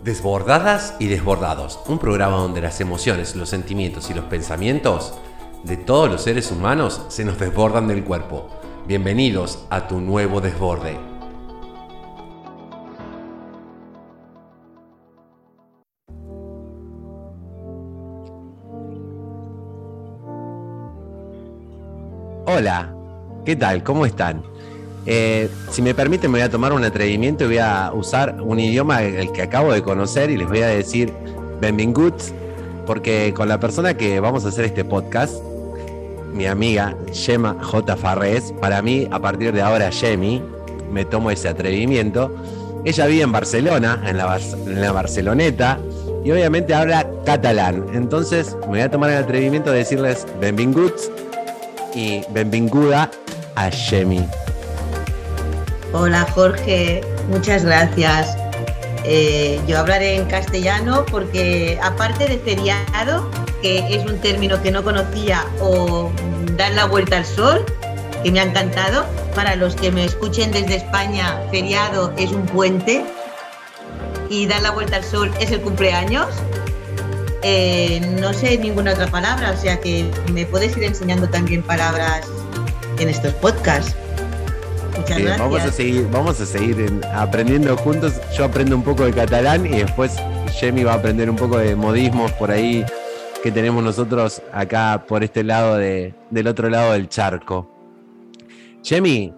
Desbordadas y desbordados, un programa donde las emociones, los sentimientos y los pensamientos de todos los seres humanos se nos desbordan del cuerpo. Bienvenidos a tu nuevo desborde. Hola, ¿qué tal? ¿Cómo están? Si me permiten, me voy a tomar un atrevimiento y voy a usar un idioma el que acabo de conocer y les voy a decir benvinguts, porque con la persona que vamos a hacer este podcast, mi amiga Gemma J. Farrés, para mí, a partir de ahora, Gemi, me tomo ese atrevimiento. Ella vive en Barcelona, en la Barceloneta, y obviamente habla catalán. Entonces, me voy a tomar el atrevimiento de decirles benvinguts y benvinguda a Gemi. Hola Jorge, muchas gracias. Yo hablaré en castellano porque aparte de feriado, que es un término que no conocía, o dar la vuelta al sol, que me ha encantado, para los que me escuchen desde España, feriado es un puente y dar la vuelta al sol es el cumpleaños. No sé ninguna otra palabra, o sea que me puedes ir enseñando también palabras en estos podcasts. Muchas gracias. Vamos a seguir aprendiendo juntos. Yo aprendo un poco de catalán y después Gemi va a aprender un poco de modismos por ahí que tenemos nosotros acá por este lado del otro lado del charco. Gemi,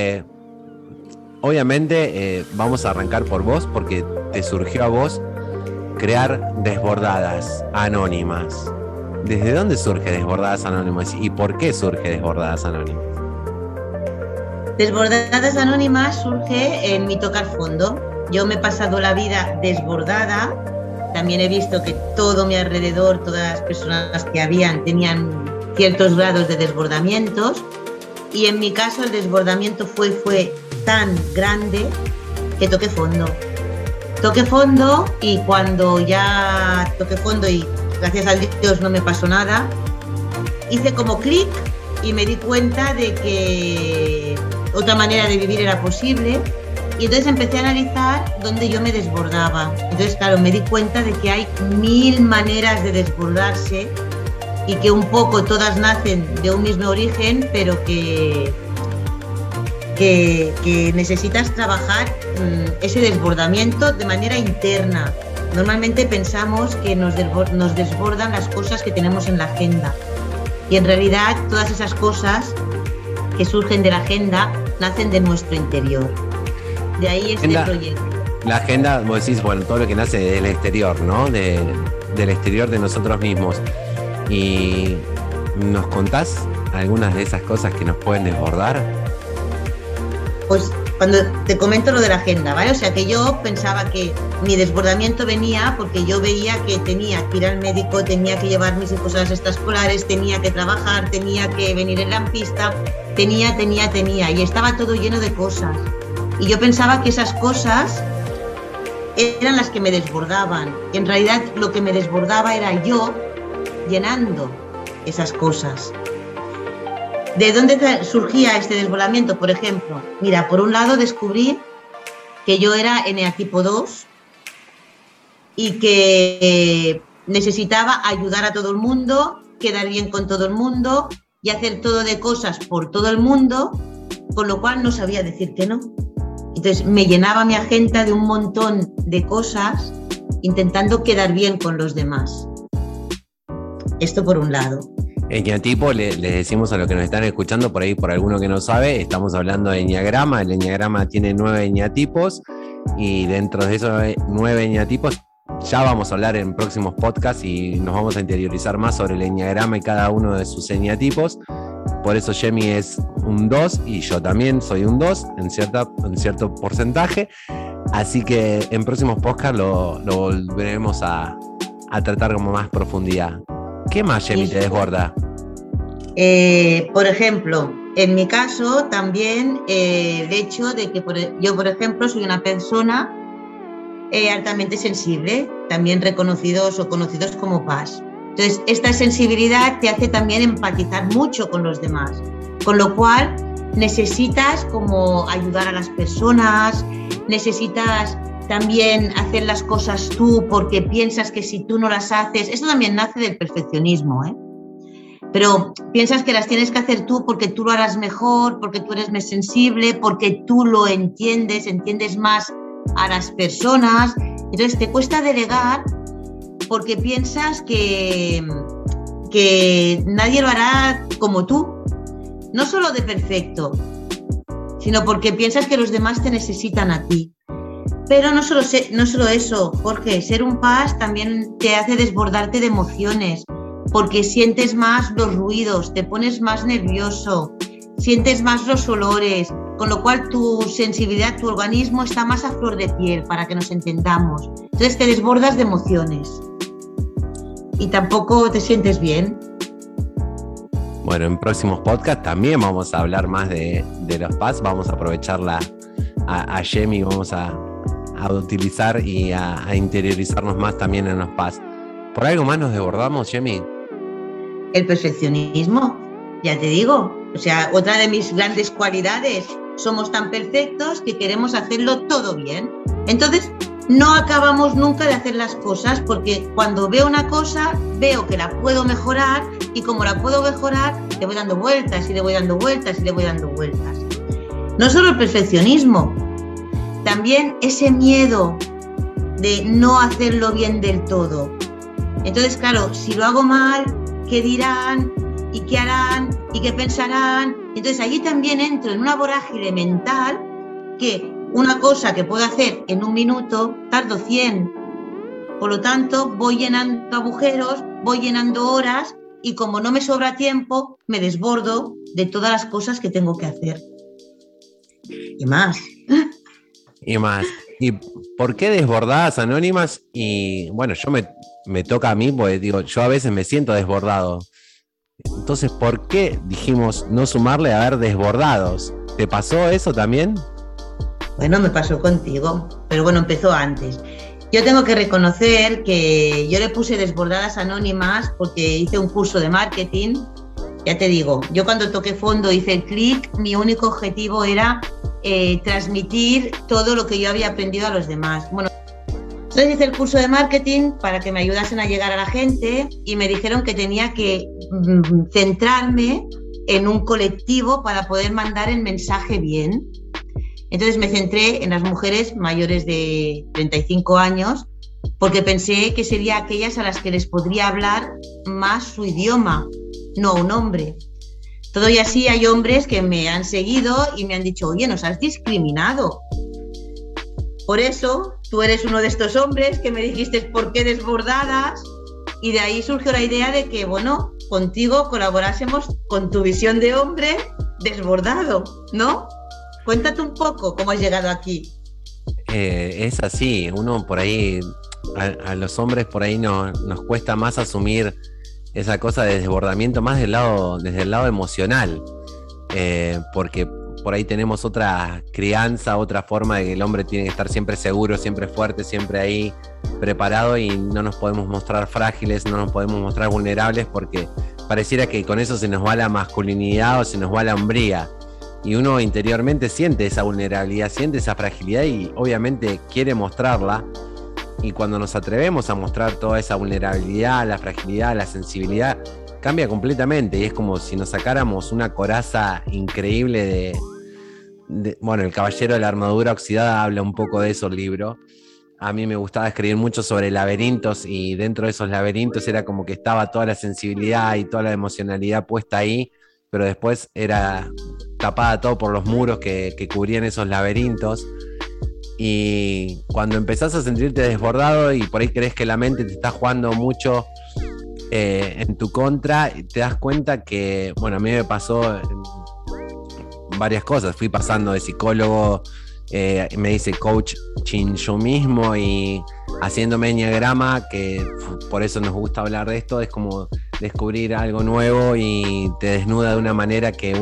obviamente vamos a arrancar por vos porque te surgió a vos crear Desbordadas Anónimas. ¿Desde dónde surge Desbordadas Anónimas y por qué surge Desbordadas Anónimas? Desbordadas Anónimas surge en mi tocar fondo. Yo me he pasado la vida desbordada. También he visto que todo mi alrededor, todas las personas que habían, tenían ciertos grados de desbordamientos. Y en mi caso el desbordamiento fue tan grande que toqué fondo. Toqué fondo y cuando ya toqué fondo y gracias a Dios no me pasó nada, hice como clic y me di cuenta de que otra manera de vivir era posible y entonces empecé a analizar dónde yo me desbordaba. Entonces, claro, me di cuenta de que hay 1000 maneras de desbordarse y que un poco todas nacen de un mismo origen, pero que necesitas trabajar ese desbordamiento de manera interna. Normalmente pensamos que nos desbordan las cosas que tenemos en la agenda y en realidad todas esas cosas que surgen de la agenda nacen de nuestro interior. De ahí este proyecto. La agenda, vos decís, bueno, todo lo que nace del exterior, ¿no? Del exterior de nosotros mismos. ¿Y nos contás algunas de esas cosas que nos pueden desbordar? Pues cuando te comento lo de la agenda, ¿vale? O sea que yo pensaba que mi desbordamiento venía porque yo veía que tenía que ir al médico, tenía que llevar mis hijos a las extraescolares, tenía que trabajar, tenía que venir en la pista, tenía, y estaba todo lleno de cosas. Y yo pensaba que esas cosas eran las que me desbordaban. Y en realidad lo que me desbordaba era yo llenando esas cosas. ¿De dónde surgía este desbordamiento? Por ejemplo, mira, por un lado descubrí que yo era eneatipo 2 y que necesitaba ayudar a todo el mundo, quedar bien con todo el mundo y hacer todo de cosas por todo el mundo, con lo cual no sabía decir que no. Entonces me llenaba mi agenda de un montón de cosas intentando quedar bien con los demás. Esto por un lado. Eñatipo, les decimos a los que nos están escuchando, por ahí por alguno que no sabe, estamos hablando de eñagrama. El eñagrama tiene 9 eñatipos y dentro de esos 9 eñatipos ya vamos a hablar en próximos podcasts y nos vamos a interiorizar más sobre el eñagrama y cada uno de sus eñatipos. Por eso Gemi es un 2 y yo también soy un 2 en cierto porcentaje. Así que en próximos podcasts lo volveremos a tratar con más profundidad. ¿Qué más, Gemi, te desborda? Por ejemplo, en mi caso también el hecho de que yo, por ejemplo, soy una persona altamente sensible, también reconocidos o conocidos como PAS. Entonces, esta sensibilidad te hace también empatizar mucho con los demás, con lo cual necesitas como ayudar a las personas, necesitas también hacer las cosas tú porque piensas que si tú no las haces, esto también nace del perfeccionismo, ¿eh? Pero piensas que las tienes que hacer tú porque tú lo harás mejor, porque tú eres más sensible, porque tú lo entiendes más a las personas. Entonces te cuesta delegar porque piensas que nadie lo hará como tú. No solo de perfecto, sino porque piensas que los demás te necesitan a ti. Pero no solo eso, Jorge, ser un PAS también te hace desbordarte de emociones, porque sientes más los ruidos, te pones más nervioso, sientes más los olores, con lo cual tu sensibilidad, tu organismo está más a flor de piel, para que nos entendamos. Entonces te desbordas de emociones y tampoco te sientes bien. Bueno, en próximos podcasts también vamos a hablar más de los PAS, vamos a aprovecharla a Yemi, vamos a utilizar y a interiorizarnos más también en los PAS. ¿Por algo más nos desbordamos, Yemi? El perfeccionismo, ya te digo. O sea, otra de mis grandes cualidades, somos tan perfectos que queremos hacerlo todo bien. Entonces, no acabamos nunca de hacer las cosas porque cuando veo una cosa, veo que la puedo mejorar y como la puedo mejorar, le voy dando vueltas y le voy dando vueltas y le voy dando vueltas. No solo el perfeccionismo, también ese miedo de no hacerlo bien del todo. Entonces, claro, si lo hago mal, ¿qué dirán? ¿Y qué harán? ¿Y qué pensarán? Entonces allí también entro en una vorágine mental que una cosa que puedo hacer en un minuto, tardo 100. Por lo tanto, voy llenando agujeros, voy llenando horas y como no me sobra tiempo, me desbordo de todas las cosas que tengo que hacer. Y más. Y más. ¿Y por qué desbordadas anónimas? Y bueno, me toca a mí, porque digo, yo a veces me siento desbordado. Entonces, ¿por qué dijimos no sumarle a ver desbordados? ¿Te pasó eso también? Bueno, me pasó contigo, pero bueno, empezó antes. Yo tengo que reconocer que yo le puse desbordadas anónimas porque hice un curso de marketing. Ya te digo, yo cuando toqué fondo hice el clic, mi único objetivo era transmitir todo lo que yo había aprendido a los demás. Bueno, entonces hice el curso de marketing para que me ayudasen a llegar a la gente y me dijeron que tenía que centrarme en un colectivo para poder mandar el mensaje bien. Entonces me centré en las mujeres mayores de 35 años porque pensé que sería aquellas a las que les podría hablar más su idioma, no a un hombre. Todo y así hay hombres que me han seguido y me han dicho, oye, nos has discriminado. Por eso tú eres uno de estos hombres que me dijiste por qué desbordadas y de ahí surgió la idea de que, bueno, contigo colaborásemos con tu visión de hombre desbordado, ¿no? Cuéntate un poco cómo has llegado aquí. Es así, uno por ahí, a los hombres por ahí nos cuesta más asumir esa cosa de desbordamiento más desde el lado emocional, porque por ahí tenemos otra crianza, otra forma de que el hombre tiene que estar siempre seguro, siempre fuerte, siempre ahí preparado y no nos podemos mostrar frágiles, no nos podemos mostrar vulnerables porque pareciera que con eso se nos va la masculinidad o se nos va la hombría. Y uno interiormente siente esa vulnerabilidad, siente esa fragilidad y obviamente quiere mostrarla. Y cuando nos atrevemos a mostrar toda esa vulnerabilidad, la fragilidad, la sensibilidad, cambia completamente. Y es como si nos sacáramos una coraza increíble bueno, El Caballero de la Armadura Oxidada habla un poco de eso el libro. A mí me gustaba escribir mucho sobre laberintos y dentro de esos laberintos era como que estaba toda la sensibilidad y toda la emocionalidad puesta ahí, pero después era tapada todo por los muros que cubrían esos laberintos. Y cuando empezás a sentirte desbordado y por ahí crees que la mente te está jugando mucho en tu contra, te das cuenta que, bueno, a mí me pasó varias cosas. Fui pasando de psicólogo, me hice coaching yo mismo y haciéndome enneagrama, que por eso nos gusta hablar de esto, es como descubrir algo nuevo y te desnuda de una manera que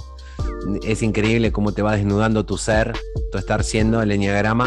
es increíble cómo te va desnudando tu ser, tu estar siendo el enneagrama.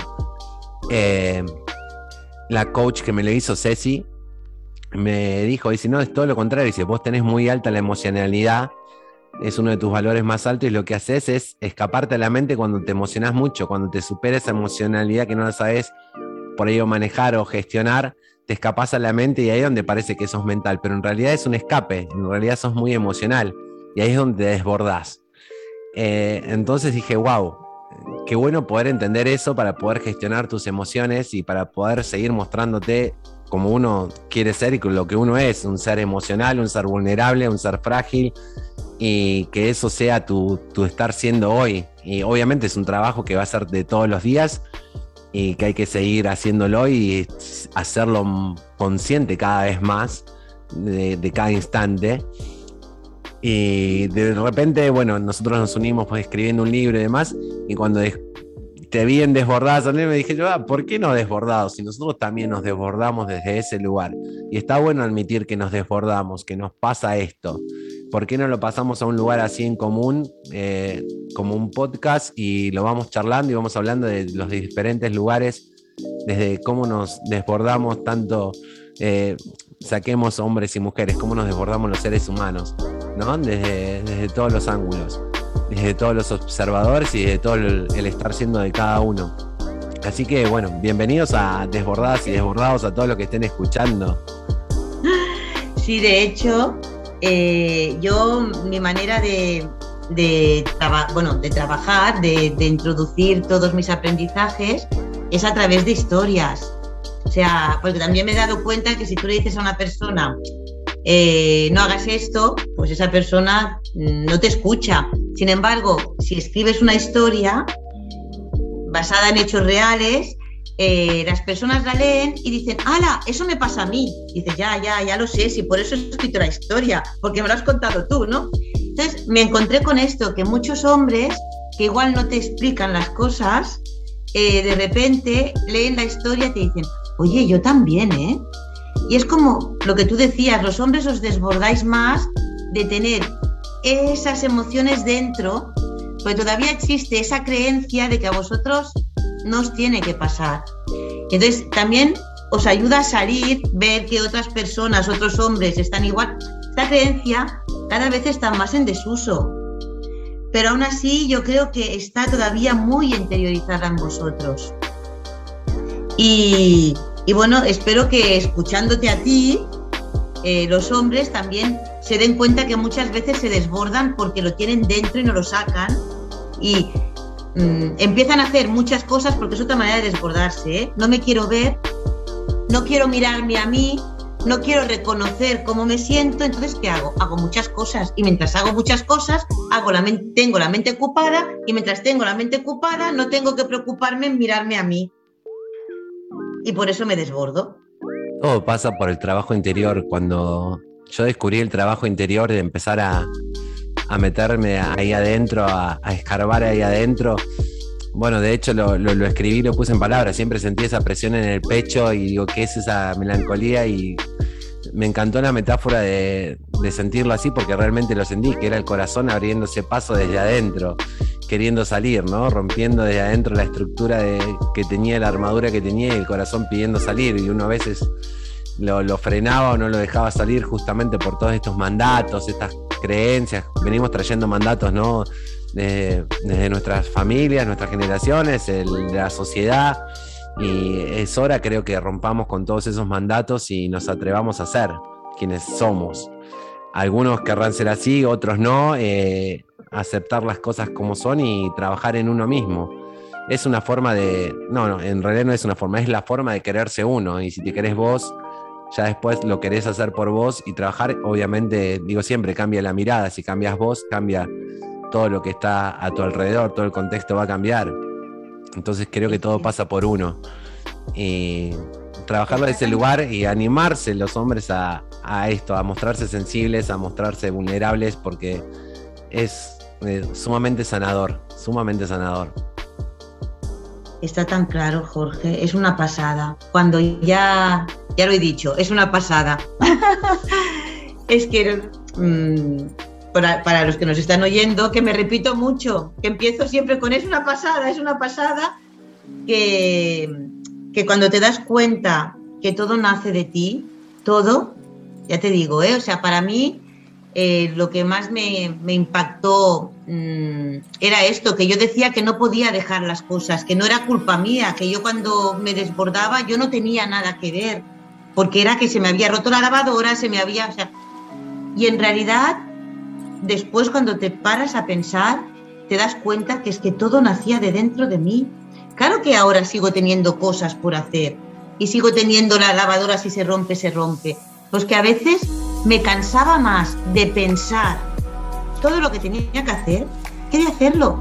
La coach que me lo hizo, Ceci, me dijo, dice, no, es todo lo contrario, dice, vos tenés muy alta la emocionalidad es uno de tus valores más altos y lo que haces es escaparte a la mente cuando te emocionás mucho, cuando te supera esa emocionalidad que no la sabes por ello manejar o gestionar, te escapas a la mente y ahí es donde parece que sos mental, pero en realidad es un escape, en realidad sos muy emocional y ahí es donde te desbordás. Entonces dije, wow, qué bueno poder entender eso para poder gestionar tus emociones y para poder seguir mostrándote como uno quiere ser y con lo que uno es, un ser emocional, un ser vulnerable, un ser frágil, y que eso sea tu estar siendo hoy. Y obviamente es un trabajo que va a ser de todos los días y que hay que seguir haciéndolo y hacerlo consciente cada vez más de cada instante. Y de repente, bueno, nosotros nos unimos pues, escribiendo un libro y demás, y cuando te vi en Desbordadas, me dije yo, ¿por qué no Desbordados? Si nosotros también nos desbordamos desde ese lugar. Y está bueno admitir que nos desbordamos, que nos pasa esto. ¿Por qué no lo pasamos a un lugar así en común, como un podcast, y lo vamos charlando y vamos hablando de los diferentes lugares, desde cómo nos desbordamos tanto, saquemos hombres y mujeres, cómo nos desbordamos los seres humanos, ¿no? Desde todos los ángulos, desde todos los observadores y desde todo el estar siendo de cada uno. Así que bueno, bienvenidos a Desbordadas y Desbordados, a todos los que estén escuchando. Sí, de hecho, yo mi manera de trabajar, de introducir todos mis aprendizajes es a través de historias. O sea, porque también me he dado cuenta que si tú le dices a una persona no hagas esto, pues esa persona no te escucha. Sin embargo, si escribes una historia basada en hechos reales, las personas la leen y dicen, ¡hala! Eso me pasa a mí. Y dices, ya lo sé, si por eso he escrito la historia, porque me lo has contado tú, ¿no? Entonces me encontré con esto, que muchos hombres que igual no te explican las cosas, de repente leen la historia y te dicen, oye, yo también, ¿eh? Y es como lo que tú decías, los hombres os desbordáis más de tener esas emociones dentro, porque todavía existe esa creencia de que a vosotros no os tiene que pasar. Entonces también os ayuda a salir, ver que otras personas, otros hombres están igual. Esta creencia cada vez está más en desuso, pero aún así yo creo que está todavía muy interiorizada en vosotros. Y bueno, espero que escuchándote a ti, los hombres también se den cuenta que muchas veces se desbordan porque lo tienen dentro y no lo sacan y empiezan a hacer muchas cosas porque es otra manera de desbordarse, ¿eh? No me quiero ver, no quiero mirarme a mí, no quiero reconocer cómo me siento, entonces ¿qué hago? Hago muchas cosas y mientras hago muchas cosas tengo la mente ocupada y mientras tengo la mente ocupada no tengo que preocuparme en mirarme a mí y por eso me desbordo. Todo pasa por el trabajo interior. Cuando yo descubrí el trabajo interior de empezar a meterme ahí adentro, a escarbar ahí adentro, bueno, de hecho lo escribí, lo puse en palabras, siempre sentí esa presión en el pecho y digo, ¿qué es esa melancolía? Y me encantó la metáfora de sentirlo así porque realmente lo sentí, que era el corazón abriéndose paso desde adentro, queriendo salir, ¿no? Rompiendo desde adentro la estructura que tenía, la armadura que tenía y el corazón pidiendo salir, y uno a veces lo frenaba o no lo dejaba salir justamente por todos estos mandatos, estas creencias. Venimos trayendo mandatos, ¿no? Desde nuestras familias, nuestras generaciones, de la sociedad, y es hora, creo, que rompamos con todos esos mandatos y nos atrevamos a ser quienes somos. Algunos querrán ser así, otros no, aceptar las cosas como son y trabajar en uno mismo. Es una forma no, en realidad no es una forma, es la forma de quererse uno, y si te querés vos, ya después lo querés hacer por vos y trabajar. Obviamente, digo siempre, cambia la mirada, si cambias vos, cambia todo lo que está a tu alrededor, todo el contexto va a cambiar. Entonces creo que todo pasa por uno. Y trabajarlo desde ese lugar y animarse los hombres a esto, a mostrarse sensibles, a mostrarse vulnerables, porque es sumamente sanador, sumamente sanador. Está tan claro, Jorge, es una pasada. Cuando ya lo he dicho, es una pasada. Es que para los que nos están oyendo, que me repito mucho, que empiezo siempre con es una pasada, que cuando te das cuenta que todo nace de ti, todo, ya te digo, o sea, para mí lo que más me impactó era esto, que yo decía que no podía dejar las cosas, que no era culpa mía, que yo cuando me desbordaba yo no tenía nada que ver, porque era que se me había roto la lavadora, se me había... O sea, y en realidad, después cuando te paras a pensar, te das cuenta que es que todo nacía de dentro de mí. Claro que ahora sigo teniendo cosas por hacer y sigo teniendo la lavadora, si se rompe, se rompe. Pues que a veces me cansaba más de pensar todo lo que tenía que hacer que de hacerlo.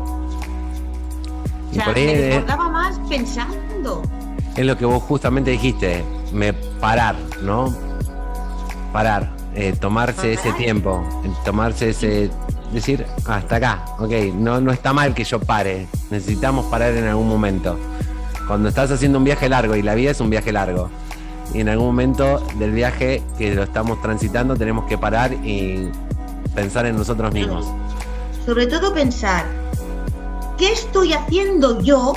O sea, me desbordaba más pensando. Es lo que vos justamente dijiste, parar, ¿no? Parar, tomarse ese tiempo, tomarse ese... Decir, hasta acá, ok, no está mal que yo pare, necesitamos parar en algún momento. Cuando estás haciendo un viaje largo, y la vida es un viaje largo, y en algún momento del viaje que lo estamos transitando tenemos que parar y pensar en nosotros mismos. Sobre todo pensar, ¿qué estoy haciendo yo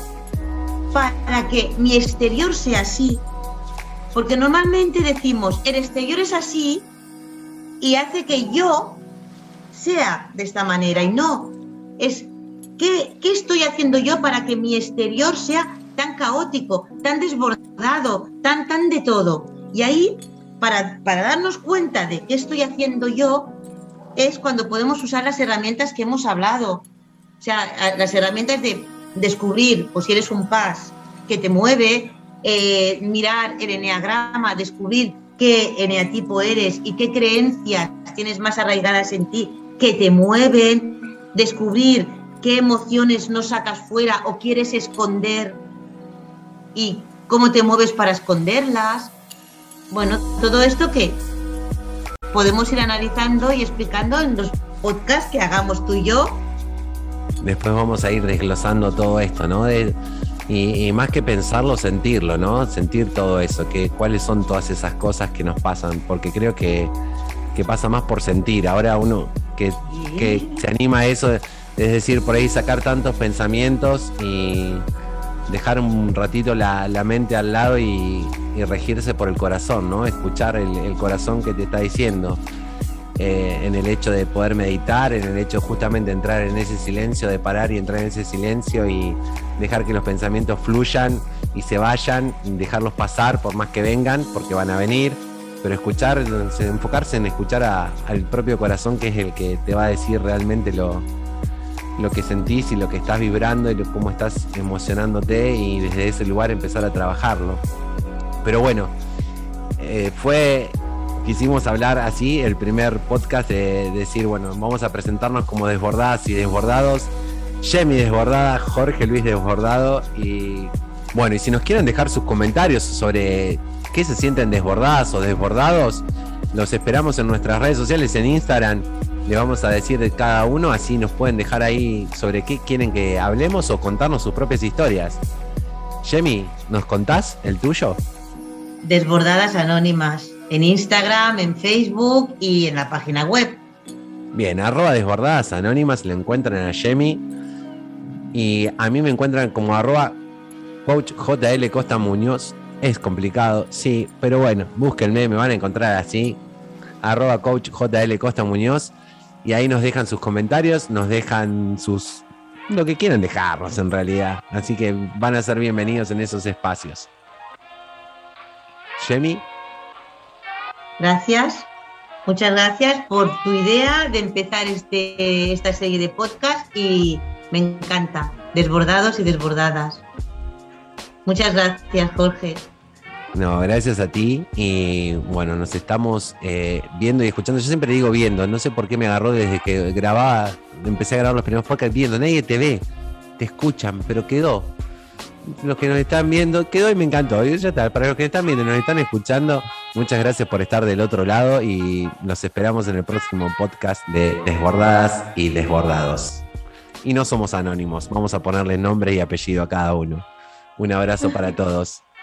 para que mi exterior sea así? Porque normalmente decimos, el exterior es así y hace que yo sea de esta manera, y no, es ¿qué estoy haciendo yo para que mi exterior sea tan caótico, tan desbordado, tan de todo? Y ahí, para darnos cuenta de qué estoy haciendo yo, es cuando podemos usar las herramientas que hemos hablado. O sea, las herramientas de descubrir, pues si eres un PAS, que te mueve, mirar el eneagrama, descubrir qué eneatipo eres y qué creencias tienes más arraigadas en ti, que te mueven, descubrir qué emociones no sacas fuera o quieres esconder y cómo te mueves para esconderlas. Bueno, todo esto que podemos ir analizando y explicando en los podcasts que hagamos tú y yo. Después vamos a ir desglosando todo esto, ¿no? Y más que pensarlo, sentirlo, ¿no? Sentir todo eso, cuáles son todas esas cosas que nos pasan, porque creo que pasa más por sentir. Ahora uno que se anima a eso, es decir, por ahí sacar tantos pensamientos y dejar un ratito la mente al lado y regirse por el corazón, ¿no? Escuchar el corazón que te está diciendo, en el hecho de poder meditar, en el hecho justamente de entrar en ese silencio, de parar y entrar en ese silencio y dejar que los pensamientos fluyan y se vayan, dejarlos pasar por más que vengan, porque van a venir. Pero enfocarse en escuchar al propio corazón, que es el que te va a decir realmente lo que sentís y lo que estás vibrando y cómo estás emocionándote, y desde ese lugar empezar a trabajarlo. Pero bueno, quisimos hablar así, el primer podcast, de decir, bueno, vamos a presentarnos como desbordadas y desbordados. Yemi desbordada, Jorge Luis desbordado. Y bueno, y si nos quieren dejar sus comentarios sobre qué se sienten desbordadas o desbordados, los esperamos en nuestras redes sociales, en Instagram. Le vamos a decir de cada uno, así nos pueden dejar ahí sobre qué quieren que hablemos o contarnos sus propias historias. Yemi, ¿nos contás el tuyo? Desbordadas Anónimas, en Instagram, en Facebook y en la página web. Bien, @Desbordadas Anónimas, le encuentran a Yemi, y a mí me encuentran como @Coach JL Costa Muñoz. Es complicado, sí, pero bueno, búsquenme, me van a encontrar así, @Coach JL Costa Muñoz, y ahí nos dejan sus comentarios, nos dejan lo que quieran dejarnos en realidad, así que van a ser bienvenidos en esos espacios. Yemi. Gracias, muchas gracias por tu idea de empezar esta serie de podcast, y me encanta, desbordados y desbordadas. Muchas gracias, Jorge. No, gracias a ti, y bueno, nos estamos viendo y escuchando. Yo siempre digo viendo, no sé por qué me agarró desde que empecé a grabar los primeros podcasts, viendo. Nadie te ve, te escuchan, pero quedó. Los que nos están viendo, quedó y me encantó. Y ya está, para los que están viendo y nos están escuchando, muchas gracias por estar del otro lado, y nos esperamos en el próximo podcast de Desbordadas y Desbordados. Y no somos anónimos, vamos a ponerle nombre y apellido a cada uno. Un abrazo para todos.